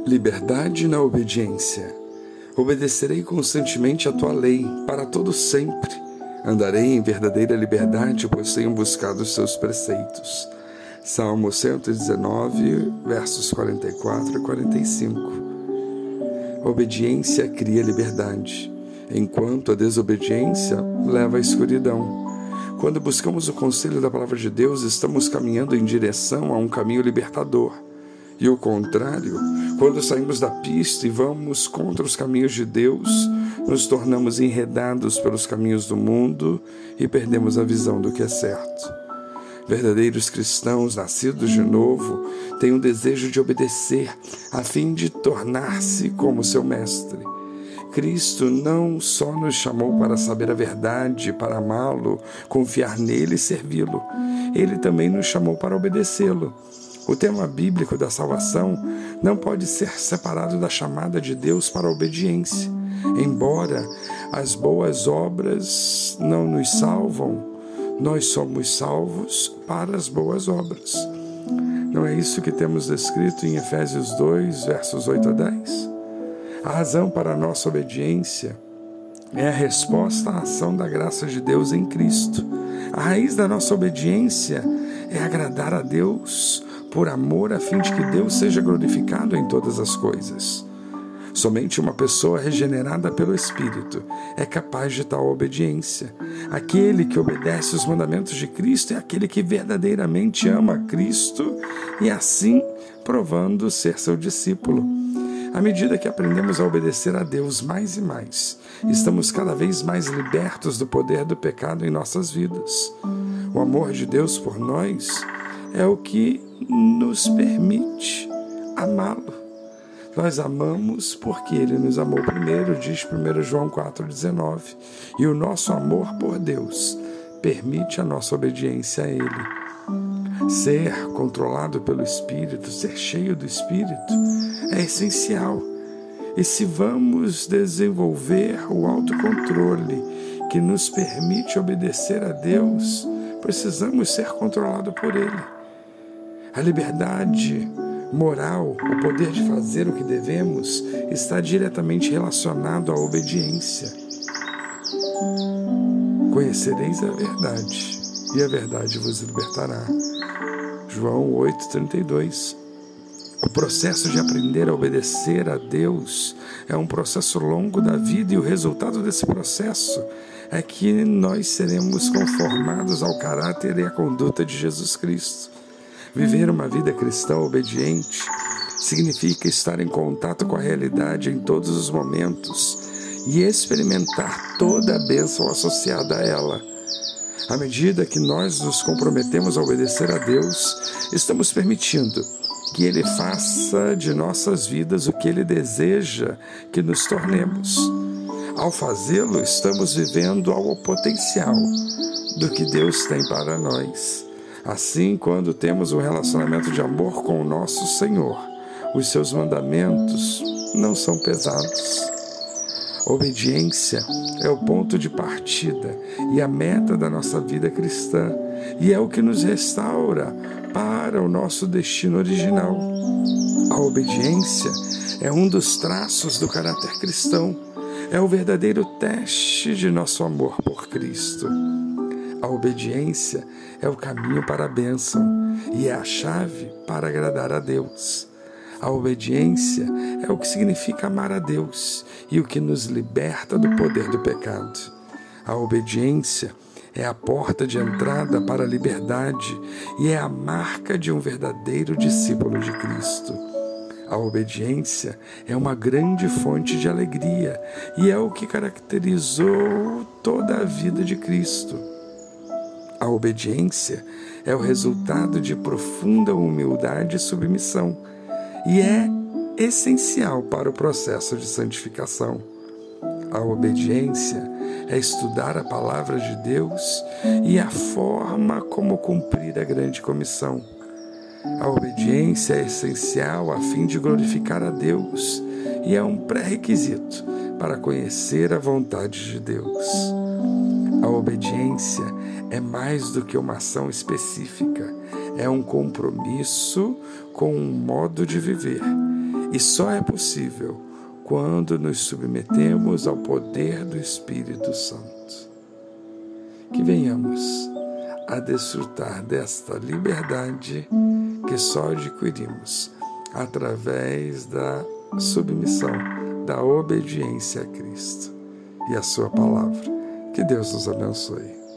Liberdade na obediência. Obedecerei constantemente a tua lei, para todo sempre. Andarei em verdadeira liberdade, pois tenho buscado os seus preceitos. Salmo 119, versos 44 e 45. Obediência cria liberdade, enquanto a desobediência leva à escuridão. Quando buscamos o conselho da palavra de Deus, estamos caminhando em direção a um caminho libertador. E o contrário, quando saímos da pista e vamos contra os caminhos de Deus, nos tornamos enredados pelos caminhos do mundo e perdemos a visão do que é certo. Verdadeiros cristãos, nascidos de novo, têm o desejo de obedecer, a fim de tornar-se como seu mestre. Cristo não só nos chamou para saber a verdade, para amá-lo, confiar nele e servi-lo. Ele também nos chamou para obedecê-lo. O tema bíblico da salvação não pode ser separado da chamada de Deus para a obediência. Embora as boas obras não nos salvam, nós somos salvos para as boas obras. Não é isso que temos descrito em Efésios 2, versos 8 a 10? A razão para a nossa obediência é a resposta à ação da graça de Deus em Cristo. A raiz da nossa obediência é agradar a Deus por amor, a fim de que Deus seja glorificado em todas as coisas. Somente uma pessoa regenerada pelo Espírito é capaz de tal obediência. Aquele que obedece os mandamentos de Cristo é aquele que verdadeiramente ama Cristo e assim provando ser seu discípulo. À medida que aprendemos a obedecer a Deus mais e mais, estamos cada vez mais libertos do poder do pecado em nossas vidas. O amor de Deus por nós é o que nos permite amá-lo. Nós amamos porque Ele nos amou primeiro, diz 1 João 4,19. E o nosso amor por Deus permite a nossa obediência a Ele. Ser controlado pelo Espírito, ser cheio do Espírito, é essencial. E se vamos desenvolver o autocontrole que nos permite obedecer a Deus, precisamos ser controlados por Ele. A liberdade moral, o poder de fazer o que devemos, está diretamente relacionado à obediência. Conhecereis a verdade, e a verdade vos libertará. João 8,32. O processo de aprender a obedecer a Deus é um processo longo da vida, e o resultado desse processo é que nós seremos conformados ao caráter e à conduta de Jesus Cristo. Viver uma vida cristã obediente significa estar em contato com a realidade em todos os momentos e experimentar toda a bênção associada a ela. À medida que nós nos comprometemos a obedecer a Deus, estamos permitindo que Ele faça de nossas vidas o que Ele deseja que nos tornemos. Ao fazê-lo, estamos vivendo ao potencial do que Deus tem para nós. Assim, quando temos um relacionamento de amor com o nosso Senhor, os seus mandamentos não são pesados. Obediência é o ponto de partida e a meta da nossa vida cristã, e é o que nos restaura para o nosso destino original. A obediência é um dos traços do caráter cristão, é o verdadeiro teste de nosso amor por Cristo. A obediência é o caminho para a bênção e é a chave para agradar a Deus. A obediência é o que significa amar a Deus e o que nos liberta do poder do pecado. A obediência é a porta de entrada para a liberdade e é a marca de um verdadeiro discípulo de Cristo. A obediência é uma grande fonte de alegria e é o que caracterizou toda a vida de Cristo. A obediência é o resultado de profunda humildade e submissão e é essencial para o processo de santificação. A obediência é estudar a palavra de Deus e a forma como cumprir a grande comissão. A obediência é essencial a fim de glorificar a Deus e é um pré-requisito para conhecer a vontade de Deus. A obediência é mais do que uma ação específica, é um compromisso com um modo de viver. E só é possível quando nos submetemos ao poder do Espírito Santo. Que venhamos a desfrutar desta liberdade que só adquirimos através da submissão, da obediência a Cristo e a sua palavra. Que Deus nos abençoe.